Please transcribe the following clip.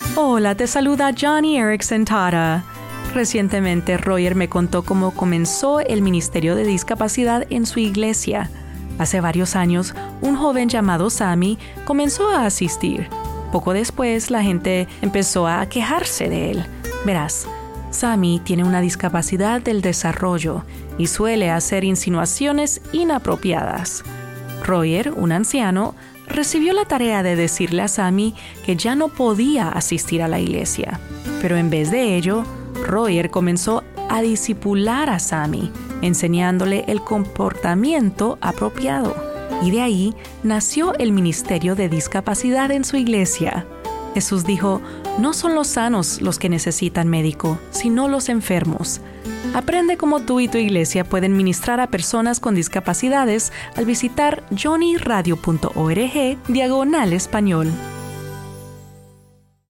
Hola, te saluda Johnny Erickson Tara. Recientemente Roger me contó cómo comenzó el Ministerio de Discapacidad en su iglesia. Hace varios años, un joven llamado Sammy comenzó a asistir. Poco después, la gente empezó a quejarse de él. Verás, Sammy tiene una discapacidad del desarrollo y suele hacer insinuaciones inapropiadas. Roger, un anciano, recibió la tarea de decirle a Sammy que ya no podía asistir a la iglesia. Pero en vez de ello, Roger comenzó a discipular a Sammy, enseñándole el comportamiento apropiado. Y de ahí nació el Ministerio de Discapacidad en su iglesia. Jesús dijo, no son los sanos los que necesitan médico, sino los enfermos. Aprende cómo tú y tu iglesia pueden ministrar a personas con discapacidades al visitar johnnyradio.org/español.